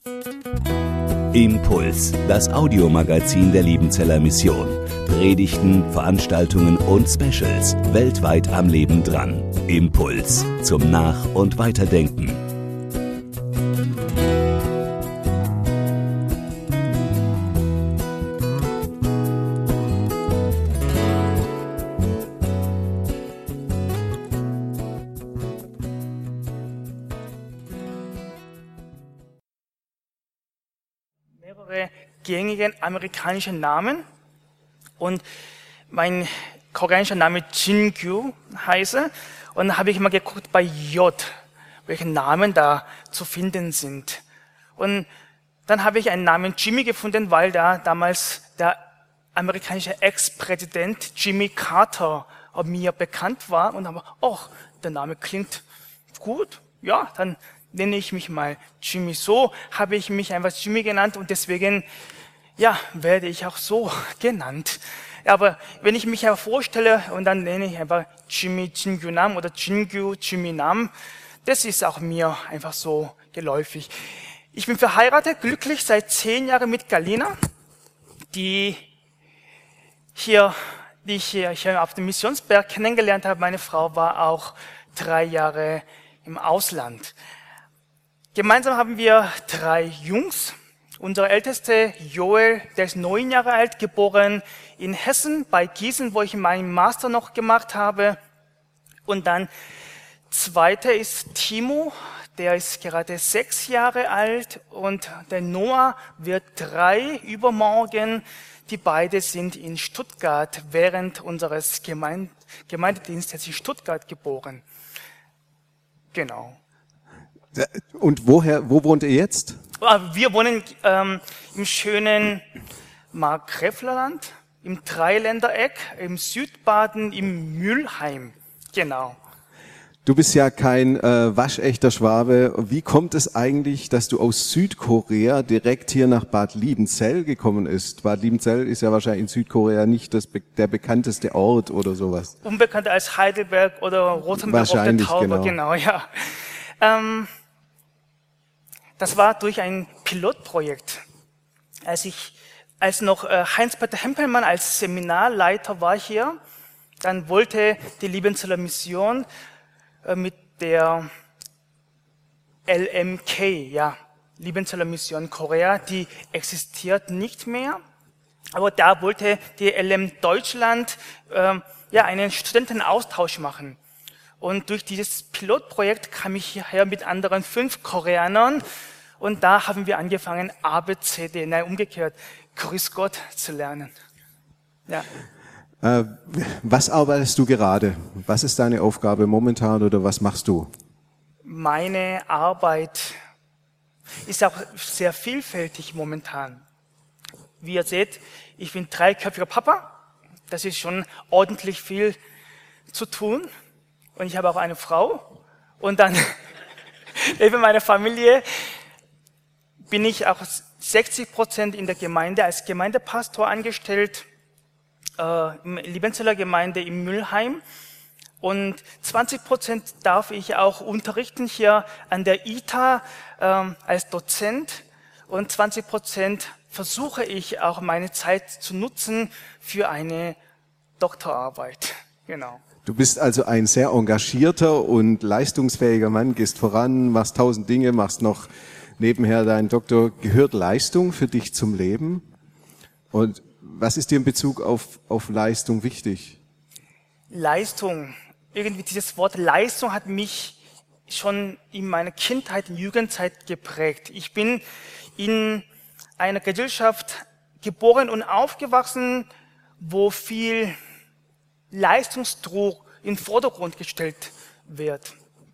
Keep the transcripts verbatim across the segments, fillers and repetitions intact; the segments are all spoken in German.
Impuls, das Audiomagazin der Liebenzeller Mission. Predigten, Veranstaltungen und Specials weltweit am Leben dran. Impuls zum Nach- und Weiterdenken. Mehrere gängige amerikanische Namen und mein koreanischer Name Jin-Gyu heiße. Und dann habe ich mal geguckt bei J, welche Namen da zu finden sind. Und dann habe ich einen Namen Jimmy gefunden, weil da damals der amerikanische Ex-Präsident Jimmy Carter mir bekannt war. Und habe, oh, der Name klingt gut, ja, dann nenne ich mich mal Jimmy. So habe ich mich einfach Jimmy genannt und deswegen, ja, werde ich auch so genannt. Aber wenn ich mich ja vorstelle und dann nenne ich einfach Jimmy Jin-Gyu Nam oder Jin-Gyu Jimmy Nam, das ist auch mir einfach so geläufig. Ich bin verheiratet, glücklich seit zehn Jahren mit Galina, die hier, die ich hier, hier auf dem Missionsberg kennengelernt habe. Meine Frau war auch drei Jahre im Ausland. Gemeinsam haben wir drei Jungs. Unser ältester Joel, der ist neun Jahre alt, geboren in Hessen bei Gießen, wo ich meinen Master noch gemacht habe. Und dann zweiter ist Timo, der ist gerade sechs Jahre alt und der Noah wird drei übermorgen. Die beiden sind in Stuttgart während unseres Gemeinde Gemeindedienstes in Stuttgart geboren. Genau. Und woher, wo wohnt ihr jetzt? Wir wohnen ähm, im schönen Markgräflerland, im Dreiländereck, im Südbaden, im Mülheim. Genau. Du bist ja kein äh, waschechter Schwabe. Wie kommt es eigentlich, dass du aus Südkorea direkt hier nach Bad Liebenzell gekommen bist? Bad Liebenzell ist ja wahrscheinlich in Südkorea nicht das, der bekannteste Ort oder sowas. Unbekannter als Heidelberg oder Rothenburg auf der Tauber, genau. genau, ja. Ähm, das war durch ein Pilotprojekt. Als ich, als noch äh, Heinz-Peter Hempelmann als Seminarleiter war hier, dann wollte die Liebenzeller Mission äh, mit der L M K, ja, Liebenzeller Mission Korea, die existiert nicht mehr, aber da wollte die L M Deutschland äh, ja einen Studentenaustausch machen. Und durch dieses Pilotprojekt kam ich hierher mit anderen fünf Koreanern und da haben wir angefangen, A B C D, nein, umgekehrt, Grüß Gott zu lernen. Ja. Äh, was arbeitest du gerade? Was ist deine Aufgabe momentan oder was machst du? Meine Arbeit ist auch sehr vielfältig momentan. Wie ihr seht, ich bin dreiköpfiger Papa. Das ist schon ordentlich viel zu tun. Und ich habe auch eine Frau. Und dann neben meiner Familie bin ich auch sechzig Prozent in der Gemeinde als Gemeindepastor angestellt, äh, im Liebenzeller Gemeinde im Mülheim. Und zwanzig Prozent darf ich auch unterrichten hier an der I T A äh, als Dozent. Und zwanzig Prozent versuche ich auch meine Zeit zu nutzen für eine Doktorarbeit. Genau. Du bist also ein sehr engagierter und leistungsfähiger Mann, gehst voran, machst tausend Dinge, machst noch nebenher deinen Doktor. Gehört Leistung für dich zum Leben? Und was ist dir in Bezug auf, auf Leistung wichtig? Leistung. Irgendwie dieses Wort Leistung hat mich schon in meiner Kindheit und Jugendzeit geprägt. Ich bin in einer Gesellschaft geboren und aufgewachsen, wo viel Leistungsdruck in den Vordergrund gestellt wird.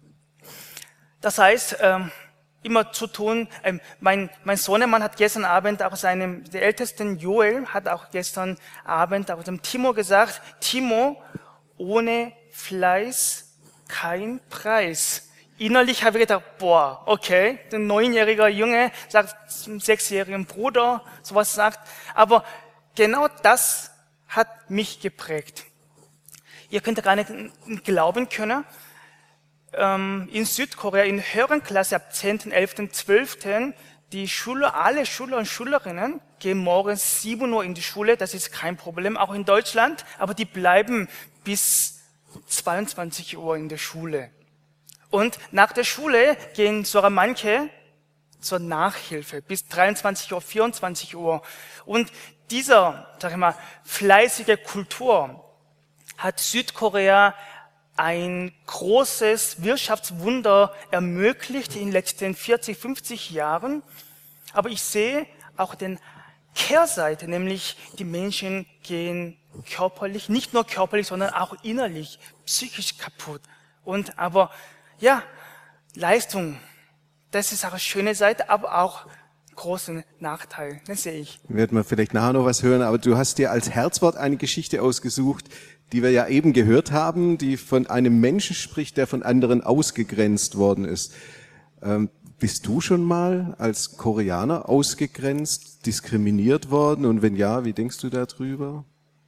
Das heißt, ähm, immer zu tun, ähm, mein, mein Sohnemann hat gestern Abend auch seinem, der ältesten Joel hat auch gestern Abend auch dem Timo gesagt, Timo, ohne Fleiß kein Preis. Innerlich habe ich gedacht, boah, okay, ein neunjähriger Junge sagt zum sechsjährigen Bruder, sowas sagt, aber genau das hat mich geprägt. Ihr könnt gar nicht glauben können, ähm, in Südkorea, in höheren Klasse ab zehnten, elften, zwölften, die Schüler, alle Schüler und Schülerinnen gehen morgens sieben Uhr in die Schule, das ist kein Problem, auch in Deutschland, aber die bleiben bis zweiundzwanzig Uhr in der Schule. Und nach der Schule gehen sogar manche zur Nachhilfe bis dreiundzwanzig Uhr, vierundzwanzig Uhr. Und dieser, sag ich mal, fleißige Kultur hat Südkorea ein großes Wirtschaftswunder ermöglicht in den letzten vierzig, fünfzig Jahren. Aber ich sehe auch den Kehrseite, nämlich die Menschen gehen körperlich, nicht nur körperlich, sondern auch innerlich, psychisch kaputt. Und aber, ja, Leistung, das ist auch eine schöne Seite, aber auch großen Nachteil, das sehe ich. Werden wir vielleicht nachher noch was hören, aber du hast dir als Herzwort eine Geschichte ausgesucht, die wir ja eben gehört haben, die von einem Menschen spricht, der von anderen ausgegrenzt worden ist. Ähm, bist du schon mal als Koreaner ausgegrenzt, diskriminiert worden? Und wenn ja, wie denkst du darüber?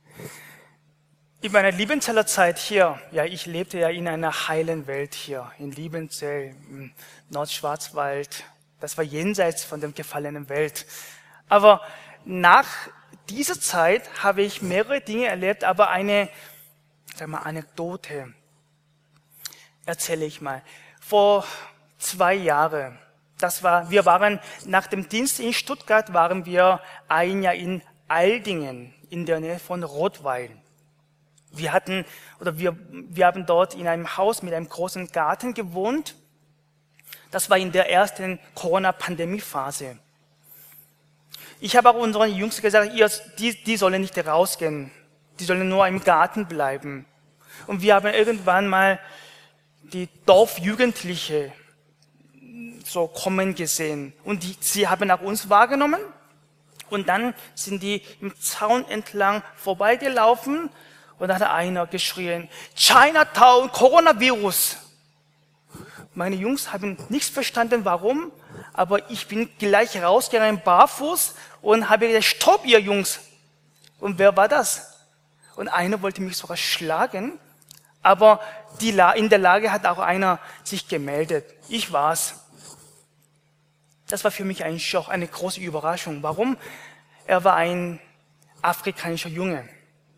In meiner Liebenzeller Zeit hier, ja, ich lebte ja in einer heilen Welt hier, in Liebenzell, im Nordschwarzwald. Das war jenseits von der gefallenen Welt. Aber nach dieser Zeit habe ich mehrere Dinge erlebt, aber eine, sag mal, Anekdote erzähle ich mal. Vor zwei Jahren, das war, wir waren nach dem Dienst in Stuttgart, waren wir ein Jahr in Aldingen, in der Nähe von Rottweil. Wir hatten, oder wir, wir haben dort in einem Haus mit einem großen Garten gewohnt. Das war in der ersten Corona-Pandemie-Phase. Ich habe auch unseren Jungs gesagt, ihr, die, die sollen nicht rausgehen. Die sollen nur im Garten bleiben. Und wir haben irgendwann mal die Dorfjugendliche so kommen gesehen. Und die, sie haben auch uns wahrgenommen. Und dann sind die im Zaun entlang vorbeigelaufen. Und dann hat einer geschrien, Chinatown, Coronavirus. Meine Jungs haben nichts verstanden, warum, aber ich bin gleich rausgegangen, barfuß, und habe gesagt, stopp, ihr Jungs. Und wer war das? Und einer wollte mich sogar schlagen, aber die La- in der Lage hat auch einer sich gemeldet. Ich war's. Das war für mich ein Schock, eine große Überraschung. Warum? Er war ein afrikanischer Junge.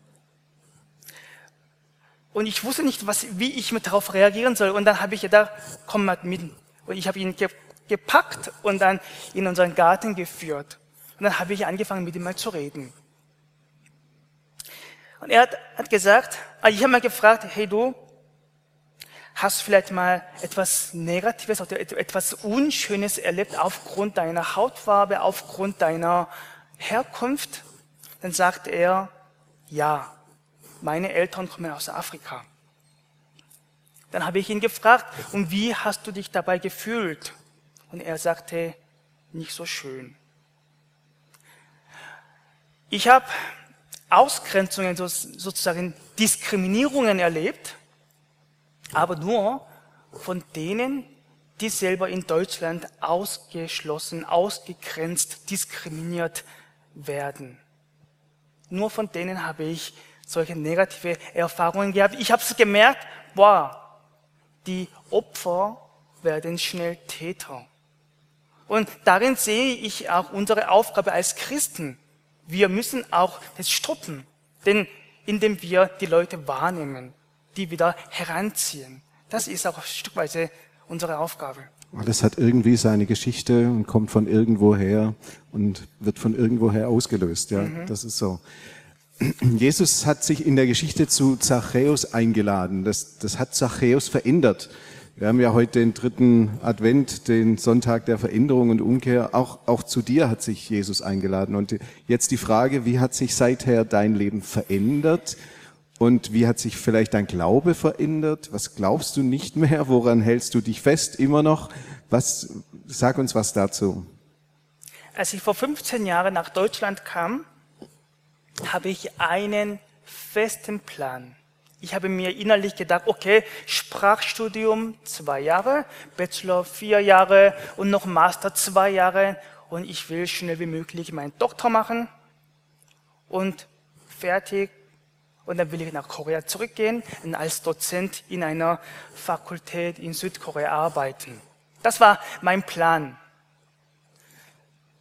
Und ich wusste nicht, was, wie ich mit darauf reagieren soll. Und dann habe ich gedacht, komm mal mit. Und ich habe ihn ge- gepackt und dann in unseren Garten geführt. Und dann habe ich angefangen, mit ihm mal zu reden. Und er hat, hat gesagt, ich habe mal gefragt, hey du, hast du vielleicht mal etwas Negatives oder etwas Unschönes erlebt aufgrund deiner Hautfarbe, aufgrund deiner Herkunft? Dann sagt er, ja. Meine Eltern kommen aus Afrika. Dann habe ich ihn gefragt, und wie hast du dich dabei gefühlt? Und er sagte, nicht so schön. Ich habe Ausgrenzungen, sozusagen Diskriminierungen erlebt, aber nur von denen, die selber in Deutschland ausgeschlossen, ausgegrenzt, diskriminiert werden. Nur von denen habe ich solche negative Erfahrungen gehabt. Ich habe es gemerkt, boah, die Opfer werden schnell Täter. Und darin sehe ich auch unsere Aufgabe als Christen. Wir müssen auch das stoppen, denn indem wir die Leute wahrnehmen, die wieder heranziehen. Das ist auch stückweise unsere Aufgabe. Alles hat irgendwie seine Geschichte und kommt von irgendwoher und wird von irgendwoher ausgelöst. Ja, mhm. Das ist so. Jesus hat sich in der Geschichte zu Zachäus eingeladen. Das, das hat Zachäus verändert. Wir haben ja heute den dritten Advent, den Sonntag der Veränderung und Umkehr. Auch, auch zu dir hat sich Jesus eingeladen. Und jetzt die Frage, wie hat sich seither dein Leben verändert? Und wie hat sich vielleicht dein Glaube verändert? Was glaubst du nicht mehr? Woran hältst du dich fest immer noch? Was, sag uns was dazu. Als ich vor fünfzehn Jahren nach Deutschland kam, habe ich einen festen Plan. Ich habe mir innerlich gedacht, okay, Sprachstudium zwei Jahre, Bachelor vier Jahre und noch Master zwei Jahre, und ich will schnell wie möglich meinen Doktor machen und fertig. Und dann will ich nach Korea zurückgehen und als Dozent in einer Fakultät in Südkorea arbeiten. Das war mein Plan.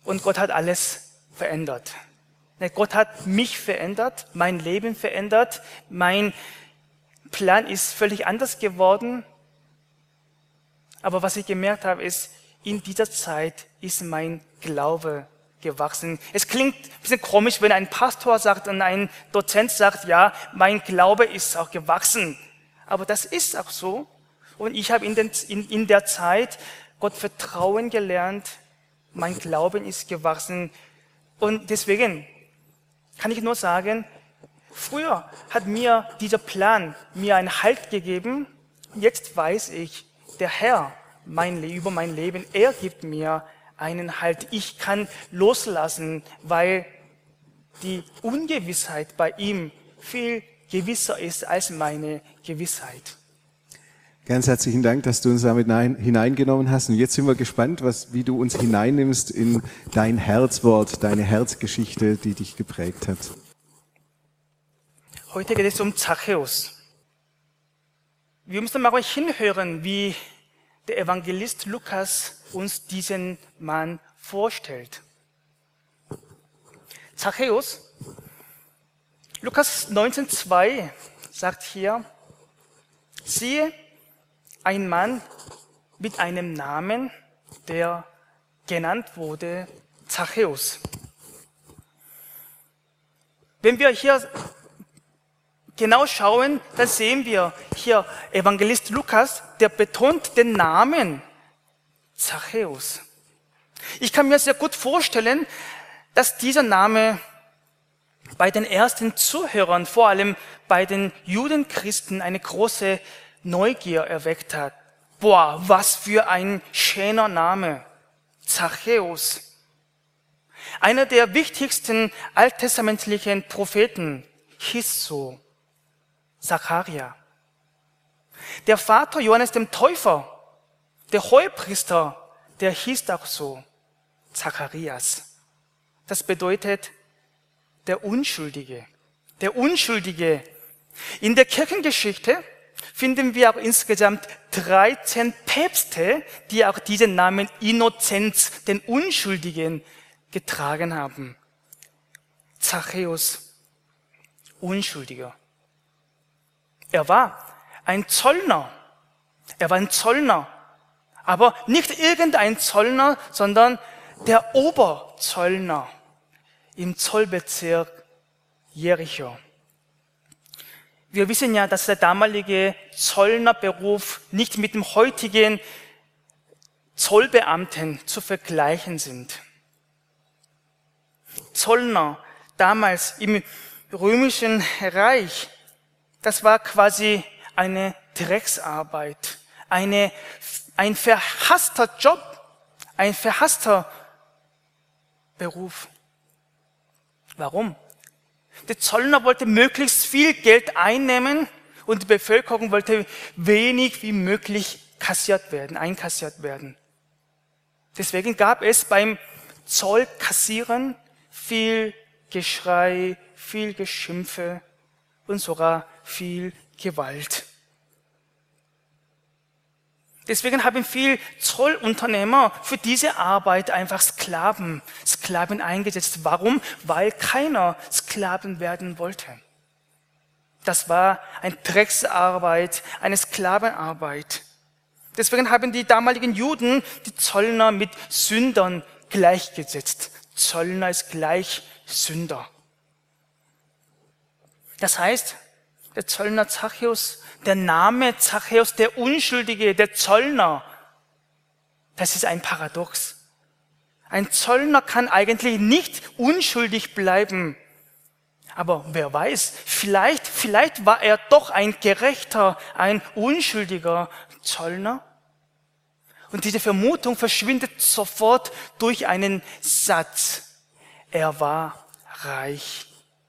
Und Gott hat alles verändert. Gott hat mich verändert, mein Leben verändert, mein Plan ist völlig anders geworden. Aber was ich gemerkt habe, ist, in dieser Zeit ist mein Glaube gewachsen. Es klingt ein bisschen komisch, wenn ein Pastor sagt und ein Dozent sagt, ja, mein Glaube ist auch gewachsen. Aber das ist auch so. Und ich habe in, den, in, in der Zeit Gott vertrauen gelernt. Mein Glauben ist gewachsen. Und deswegen kann ich nur sagen, früher hat mir dieser Plan mir einen Halt gegeben. Jetzt weiß ich, der Herr mein, über mein Leben, er gibt mir einen Halt. Ich kann loslassen, weil die Ungewissheit bei ihm viel gewisser ist als meine Gewissheit. Ganz herzlichen Dank, dass du uns damit hineingenommen hast. Und jetzt sind wir gespannt, was, wie du uns hineinnimmst in dein Herzwort, deine Herzgeschichte, die dich geprägt hat. Heute geht es um Zachäus. Wir müssen mal hinhören, wie der Evangelist Lukas uns diesen Mann vorstellt. Zachäus, Lukas neunzehn zwei sagt hier, siehe, ein Mann mit einem Namen, der genannt wurde Zachäus. Wenn wir hier genau schauen, dann sehen wir hier Evangelist Lukas, der betont den Namen Zachäus. Ich kann mir sehr gut vorstellen, dass dieser Name bei den ersten Zuhörern, vor allem bei den Judenchristen, eine große Neugier erweckt hat. Boah, was für ein schöner Name. Zachäus. Einer der wichtigsten alttestamentlichen Propheten hieß so. Zacharia. Der Vater Johannes dem Täufer, der Hohepriester, der hieß auch so. Zacharias. Das bedeutet der Unschuldige. Der Unschuldige. In der Kirchengeschichte finden wir auch insgesamt dreizehn Päpste, die auch diesen Namen Innozenz, den Unschuldigen, getragen haben. Zachäus, Unschuldiger. Er war ein Zöllner. Er war ein Zöllner. Aber nicht irgendein Zöllner, sondern der Oberzöllner im Zollbezirk Jericho. Wir wissen ja, dass der damalige Zöllnerberuf nicht mit dem heutigen Zollbeamten zu vergleichen sind. Zöllner damals im Römischen Reich, das war quasi eine Drecksarbeit, eine, ein verhasster Job, ein verhasster Beruf. Warum? Der Zöllner wollte möglichst viel Geld einnehmen und die Bevölkerung wollte wenig wie möglich kassiert werden, einkassiert werden. Deswegen gab es beim Zollkassieren viel Geschrei, viel Geschimpfe und sogar viel Gewalt. Deswegen haben viele Zollunternehmer für diese Arbeit einfach Sklaven, Sklaven eingesetzt. Warum? Weil keiner Sklaven werden wollte. Das war eine Drecksarbeit, eine Sklavenarbeit. Deswegen haben die damaligen Juden die Zöllner mit Sündern gleichgesetzt. Zöllner ist gleich Sünder. Das heißt, der Zöllner Zachäus, der Name Zachäus, der Unschuldige, der Zöllner, das ist ein Paradox. Ein Zöllner kann eigentlich nicht unschuldig bleiben. Aber wer weiß, vielleicht, vielleicht war er doch ein gerechter, ein unschuldiger Zöllner. Und diese Vermutung verschwindet sofort durch einen Satz. Er war reich.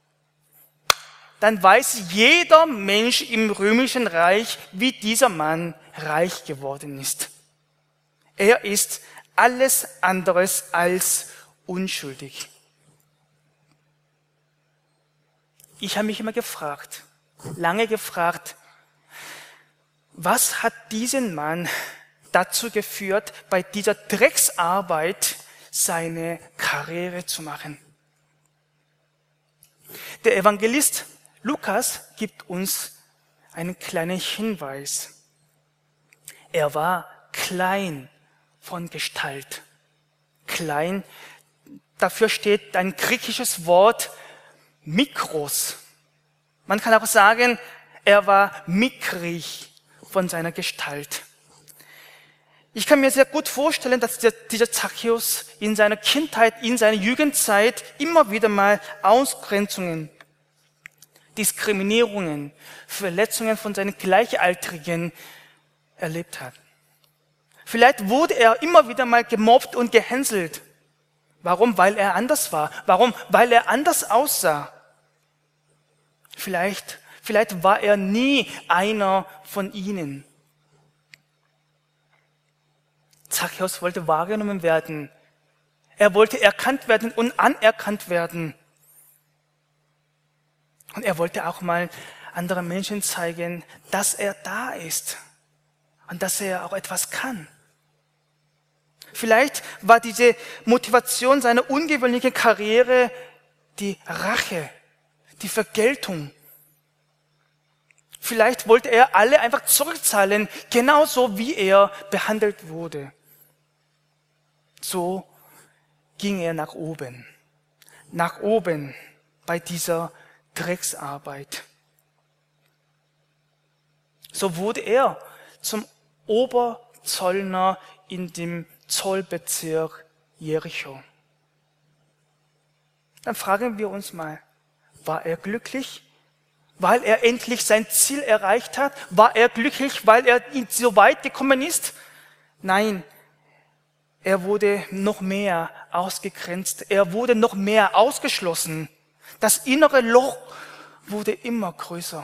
Dann weiß jeder Mensch im Römischen Reich, wie dieser Mann reich geworden ist. Er ist alles anderes als unschuldig. Ich habe mich immer gefragt, lange gefragt, was hat diesen Mann dazu geführt, bei dieser Drecksarbeit seine Karriere zu machen. Der Evangelist Lukas gibt uns einen kleinen Hinweis. Er war klein von Gestalt. Klein, dafür steht ein griechisches Wort Mikros. Man kann auch sagen, er war mickrig von seiner Gestalt. Ich kann mir sehr gut vorstellen, dass dieser Zachäus in seiner Kindheit, in seiner Jugendzeit immer wieder mal Ausgrenzungen, Diskriminierungen, Verletzungen von seinen Gleichaltrigen erlebt hat. Vielleicht wurde er immer wieder mal gemobbt und gehänselt. Warum? Weil er anders war. Warum? Weil er anders aussah. Vielleicht, vielleicht war er nie einer von ihnen. Zachäus wollte wahrgenommen werden. Er wollte erkannt werden und anerkannt werden. Und er wollte auch mal anderen Menschen zeigen, dass er da ist und dass er auch etwas kann. Vielleicht war diese Motivation seiner ungewöhnlichen Karriere die Rache, die Vergeltung. Vielleicht wollte er alle einfach zurückzahlen, genauso wie er behandelt wurde. So ging er nach oben, nach oben bei dieser Drecksarbeit. So wurde er zum Oberzöllner in dem Zollbezirk Jericho. Dann fragen wir uns mal, war er glücklich, weil er endlich sein Ziel erreicht hat? War er glücklich, weil er so weit gekommen ist? Nein, er wurde noch mehr ausgegrenzt, er wurde noch mehr ausgeschlossen. Das innere Loch wurde immer größer.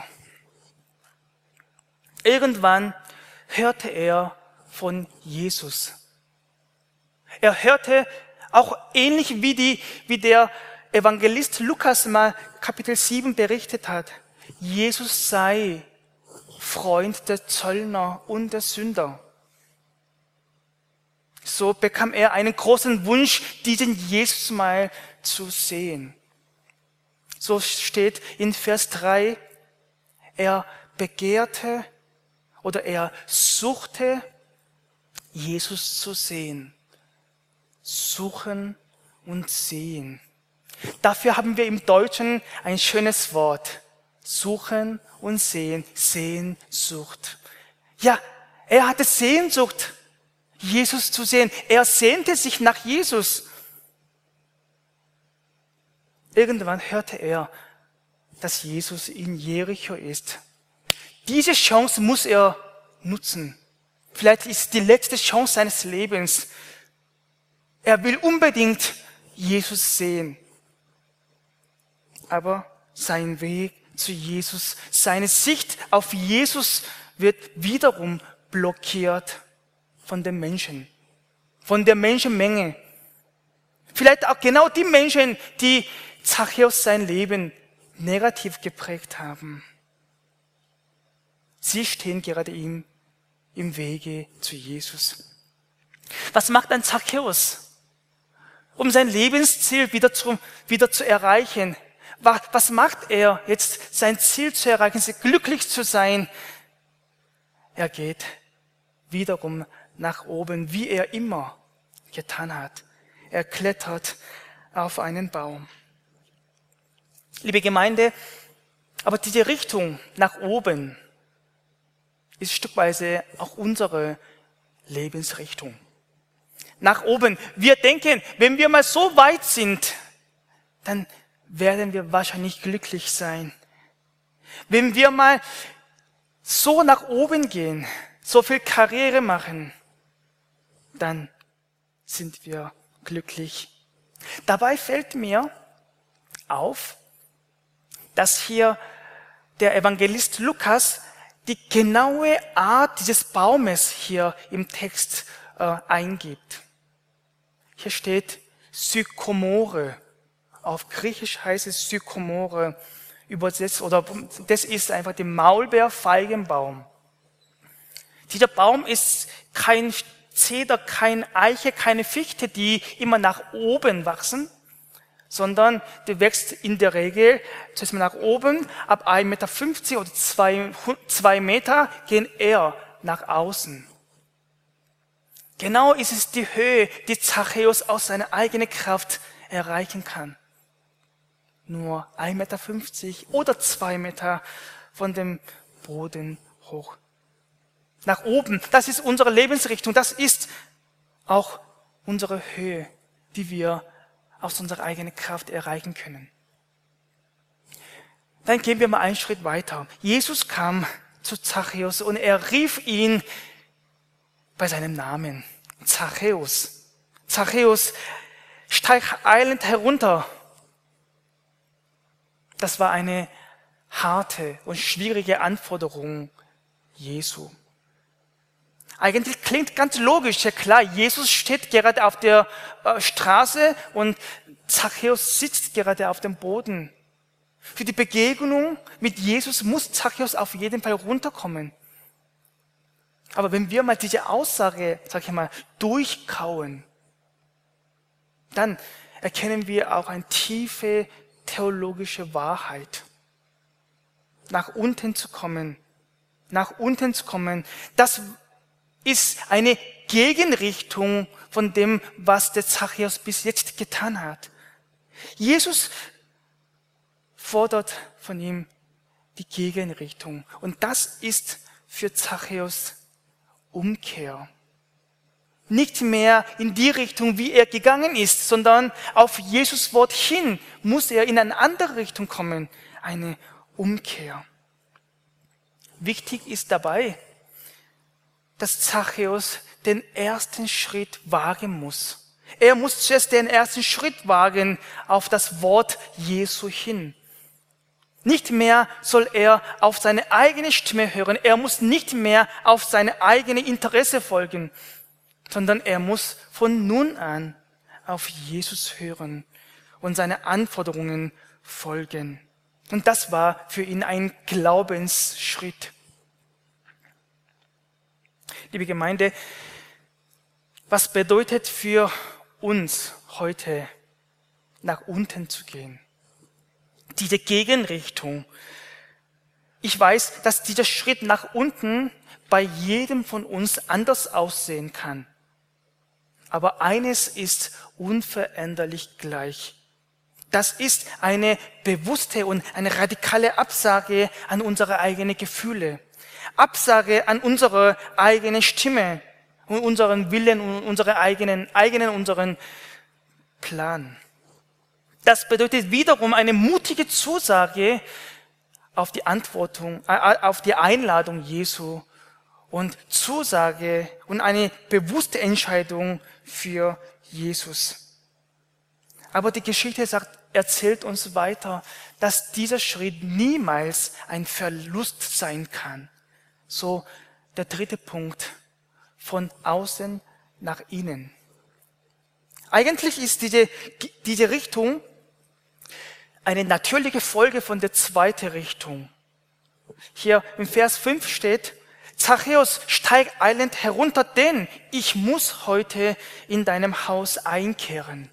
Irgendwann hörte er von Jesus. Er hörte auch ähnlich wie, die, wie der Evangelist Lukas mal Kapitel sieben berichtet hat. Jesus sei Freund der Zöllner und der Sünder. So bekam er einen großen Wunsch, diesen Jesus mal zu sehen. So steht in Vers drei, er begehrte oder er suchte, Jesus zu sehen. Suchen und sehen. Dafür haben wir im Deutschen ein schönes Wort. Suchen und sehen. Sehnsucht. Ja, er hatte Sehnsucht, Jesus zu sehen. Er sehnte sich nach Jesus. Irgendwann hörte er, dass Jesus in Jericho ist. Diese Chance muss er nutzen. Vielleicht ist es die letzte Chance seines Lebens. Er will unbedingt Jesus sehen. Aber sein Weg zu Jesus, seine Sicht auf Jesus wird wiederum blockiert von den Menschen, von der Menschenmenge. Vielleicht auch genau die Menschen, die Zachäus sein Leben negativ geprägt haben. Sie stehen gerade ihm im Wege zu Jesus. Was macht ein Zachäus, um sein Lebensziel wieder zu, wieder zu erreichen? Was, was macht er jetzt, sein Ziel zu erreichen, glücklich zu sein? Er geht wiederum nach oben, wie er immer getan hat. Er klettert auf einen Baum. Liebe Gemeinde, aber diese Richtung nach oben ist stückweise auch unsere Lebensrichtung. Nach oben. Wir denken, wenn wir mal so weit sind, dann werden wir wahrscheinlich glücklich sein. Wenn wir mal so nach oben gehen, so viel Karriere machen, dann sind wir glücklich. Dabei fällt mir auf, dass hier der Evangelist Lukas die genaue Art dieses Baumes hier im Text äh, eingibt. Hier steht Sykomore. Auf Griechisch heißt es Sykomore. Übersetzt, oder das ist einfach der Maulbeerfeigenbaum. Dieser Baum ist kein Zeder, kein Eiche, keine Fichte, die immer nach oben wachsen, sondern du wächst in der Regel zuerst mal nach oben, ab ein Meter fünfzig oder zwei Meter gehen eher nach außen. Genau ist es die Höhe, die Zachäus aus seiner eigenen Kraft erreichen kann. Nur ein Meter fünfzig oder zwei Meter von dem Boden hoch. Nach oben, das ist unsere Lebensrichtung, das ist auch unsere Höhe, die wir aus unserer eigenen Kraft erreichen können. Dann gehen wir mal einen Schritt weiter. Jesus kam zu Zachäus und er rief ihn bei seinem Namen. Zachäus. Zachäus, steig eilend herunter. Das war eine harte und schwierige Anforderung Jesu. Eigentlich klingt ganz logisch, ja klar, Jesus steht gerade auf der äh, Straße und Zachäus sitzt gerade auf dem Boden. Für die Begegnung mit Jesus muss Zachäus auf jeden Fall runterkommen. Aber wenn wir mal diese Aussage, sag ich mal, durchkauen, dann erkennen wir auch eine tiefe theologische Wahrheit. Nach unten zu kommen, nach unten zu kommen, das ist eine Gegenrichtung von dem, was der Zachäus bis jetzt getan hat. Jesus fordert von ihm die Gegenrichtung. Und das ist für Zachäus Umkehr. Nicht mehr in die Richtung, wie er gegangen ist, sondern auf Jesus Wort hin muss er in eine andere Richtung kommen. Eine Umkehr. Wichtig ist dabei, dass Zachäus den ersten Schritt wagen muss. Er muss zuerst den ersten Schritt wagen auf das Wort Jesu hin. Nicht mehr soll er auf seine eigene Stimme hören. Er muss nicht mehr auf seine eigene Interesse folgen, sondern er muss von nun an auf Jesus hören und seine Anforderungen folgen. Und das war für ihn ein Glaubensschritt. Liebe Gemeinde, was bedeutet für uns heute, nach unten zu gehen? Diese Gegenrichtung. Ich weiß, dass dieser Schritt nach unten bei jedem von uns anders aussehen kann. Aber eines ist unveränderlich gleich. Das ist eine bewusste und eine radikale Absage an unsere eigenen Gefühle. Absage an unsere eigene Stimme und unseren Willen und unsere eigenen, eigenen, unseren Plan. Das bedeutet wiederum eine mutige Zusage auf die Antwortung, auf die Einladung Jesu und Zusage und eine bewusste Entscheidung für Jesus. Aber die Geschichte sagt, erzählt uns weiter, dass dieser Schritt niemals ein Verlust sein kann. So der dritte Punkt, von außen nach innen. Eigentlich ist diese, diese Richtung eine natürliche Folge von der zweiten Richtung. Hier im Vers fünf steht, Zachäus, steig eilend herunter, denn ich muss heute in deinem Haus einkehren.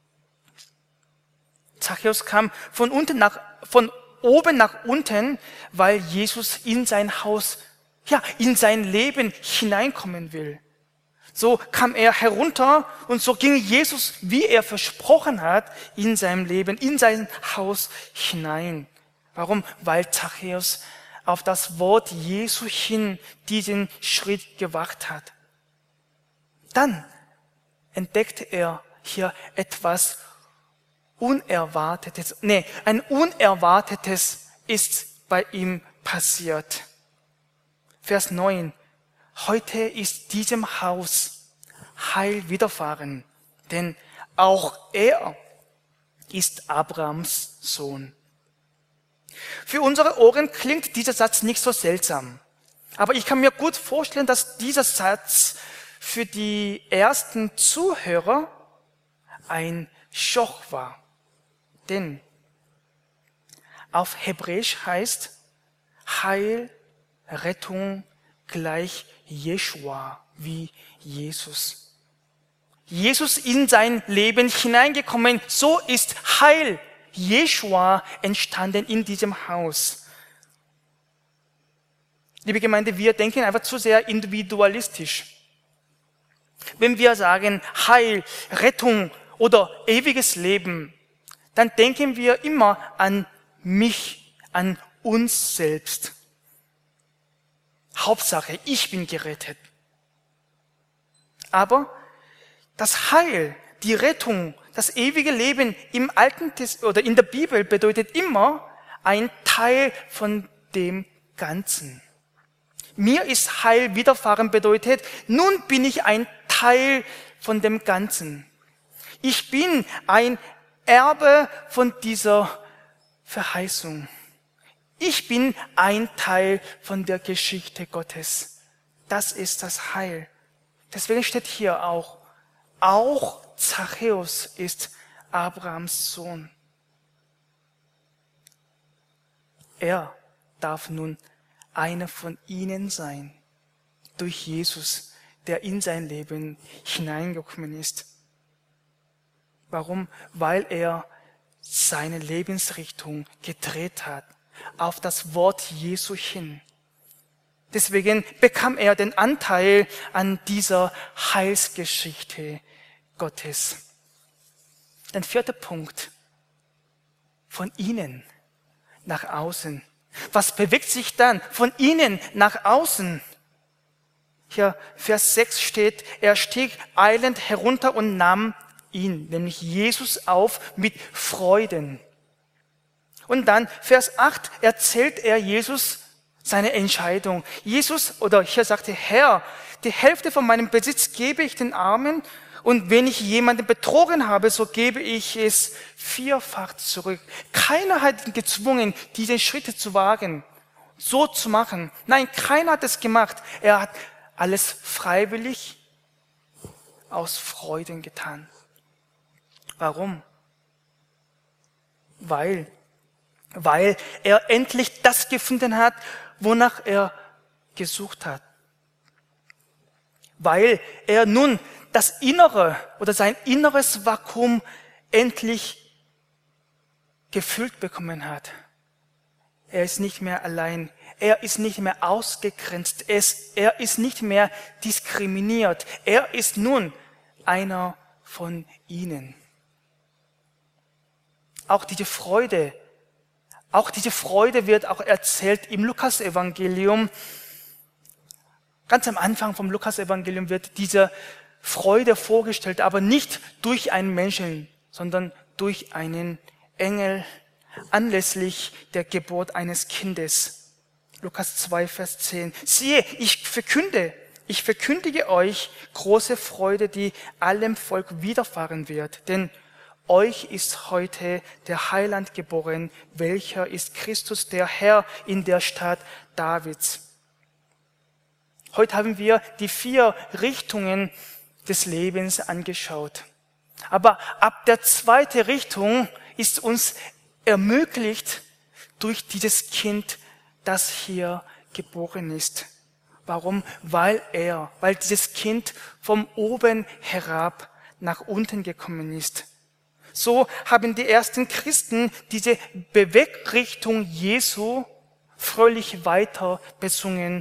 Zachäus kam von unten nach, von oben nach unten, weil Jesus in sein Haus, ja, in sein Leben hineinkommen will. So kam er herunter und so ging Jesus, wie er versprochen hat, in seinem Leben, in sein Haus hinein. Warum? Weil Zachäus auf das Wort Jesu hin diesen Schritt gewagt hat. Dann entdeckte er hier etwas Unerwartetes. Nee, ein Unerwartetes ist bei ihm passiert. Vers neun. Heute ist diesem Haus Heil widerfahren, denn auch er ist Abrahams Sohn. Für unsere Ohren klingt dieser Satz nicht so seltsam. Aber ich kann mir gut vorstellen, dass dieser Satz für die ersten Zuhörer ein Schock war. Denn auf Hebräisch heißt Heil, Rettung, gleich Jeschua, wie Jesus. Jesus in sein Leben hineingekommen, so ist Heil, Jeschua, entstanden in diesem Haus. Liebe Gemeinde, wir denken einfach zu sehr individualistisch. Wenn wir sagen Heil, Rettung oder ewiges Leben, dann denken wir immer an mich, an uns selbst. Hauptsache, ich bin gerettet. Aber das Heil, die Rettung, das ewige Leben im Alten Testament oder in der Bibel bedeutet immer ein Teil von dem Ganzen. Mir ist Heil widerfahren bedeutet, nun bin ich ein Teil von dem Ganzen. Ich bin ein Erbe von dieser Verheißung. Ich bin ein Teil von der Geschichte Gottes. Das ist das Heil. Deswegen steht hier auch, auch Zachäus ist Abrahams Sohn. Er darf nun einer von ihnen sein, durch Jesus, der in sein Leben hineingekommen ist. Warum? Weil er seine Lebensrichtung gedreht hat auf das Wort Jesu hin. Deswegen bekam er den Anteil an dieser Heilsgeschichte Gottes. Der vierte Punkt. Von innen nach außen. Was bewegt sich dann von innen nach außen? Hier Vers sechs steht, er stieg eilend herunter und nahm ihn, nämlich Jesus, auf mit Freuden. Und dann Vers acht erzählt er Jesus seine Entscheidung. Jesus, oder hier sagte Herr, die Hälfte von meinem Besitz gebe ich den Armen, und wenn ich jemanden betrogen habe, so gebe ich es vierfach zurück. Keiner hat ihn gezwungen, diese Schritte zu wagen, so zu machen. Nein, keiner hat es gemacht. Er hat alles freiwillig aus Freuden getan. Warum? Weil, weil er endlich das gefunden hat, wonach er gesucht hat. Weil er nun das Innere oder sein inneres Vakuum endlich gefüllt bekommen hat. Er ist nicht mehr allein. Er ist nicht mehr ausgegrenzt. Er ist nicht mehr diskriminiert. Er ist nun einer von ihnen. Auch diese Freude, auch diese Freude wird auch erzählt im Lukas-Evangelium. Ganz am Anfang vom Lukas-Evangelium wird diese Freude vorgestellt, aber nicht durch einen Menschen, sondern durch einen Engel anlässlich der Geburt eines Kindes. Lukas zwei, Vers zehn. Siehe, ich verkünde, ich verkündige euch große Freude, die allem Volk widerfahren wird. Denn euch ist heute der Heiland geboren, welcher ist Christus, der Herr in der Stadt Davids. Heute haben wir die vier Richtungen des Lebens angeschaut. Aber ab der zweiten Richtung ist uns ermöglicht durch dieses Kind, das hier geboren ist. Warum? Weil er, weil dieses Kind vom oben herab nach unten gekommen ist. So haben die ersten Christen diese Bewegrichtung Jesu fröhlich weiter besungen.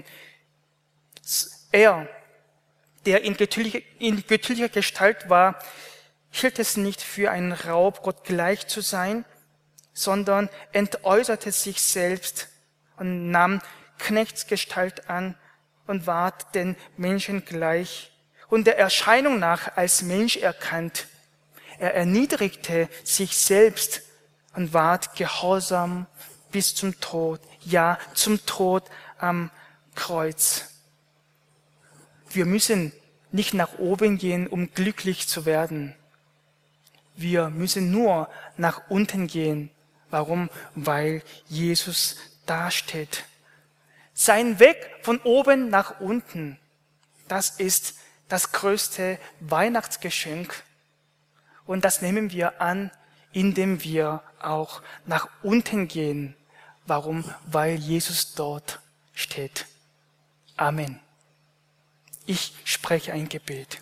Er, der in göttlicher, in göttlicher Gestalt war, hielt es nicht für einen Raub, Gott gleich zu sein, sondern entäußerte sich selbst und nahm Knechtsgestalt an und ward den Menschen gleich und der Erscheinung nach als Mensch erkannt. Er erniedrigte sich selbst und ward gehorsam bis zum Tod, ja, zum Tod am Kreuz. Wir müssen nicht nach oben gehen, um glücklich zu werden. Wir müssen nur nach unten gehen. Warum? Weil Jesus dasteht. Sein Weg von oben nach unten, das ist das größte Weihnachtsgeschenk. Und das nehmen wir an, indem wir auch nach unten gehen. Warum? Weil Jesus dort steht. Amen. Ich spreche ein Gebet.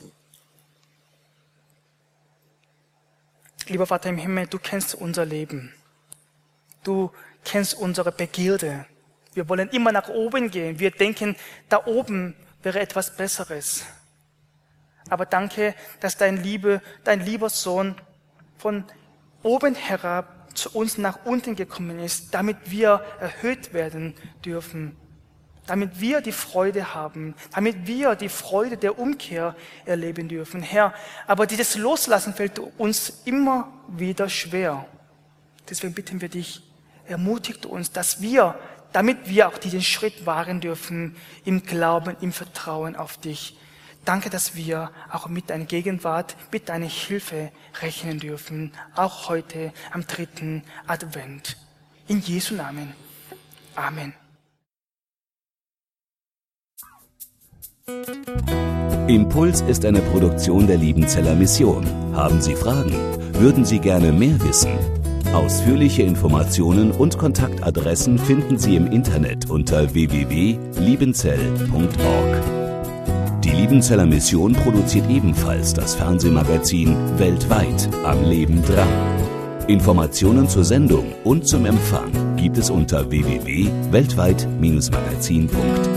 Lieber Vater im Himmel, du kennst unser Leben. Du kennst unsere Begierde. Wir wollen immer nach oben gehen. Wir denken, da oben wäre etwas Besseres. Aber danke, dass dein, Liebe, dein lieber Sohn von oben herab zu uns nach unten gekommen ist, damit wir erhöht werden dürfen, damit wir die Freude haben, damit wir die Freude der Umkehr erleben dürfen. Herr, aber dieses Loslassen fällt uns immer wieder schwer. Deswegen bitten wir dich, ermutigt uns, dass wir, damit wir auch diesen Schritt wagen dürfen, im Glauben, im Vertrauen auf dich. Danke, dass wir auch mit deiner Gegenwart, mit deiner Hilfe rechnen dürfen, auch heute am dritten Advent. In Jesu Namen. Amen. Impuls ist eine Produktion der Liebenzeller Mission. Haben Sie Fragen? Würden Sie gerne mehr wissen? Ausführliche Informationen und Kontaktadressen finden Sie im Internet unter w w w punkt liebenzell punkt org. Die Liebenzeller Mission produziert ebenfalls das Fernsehmagazin Weltweit am Leben dran. Informationen zur Sendung und zum Empfang gibt es unter w w w punkt weltweit Bindestrich magazin punkt de.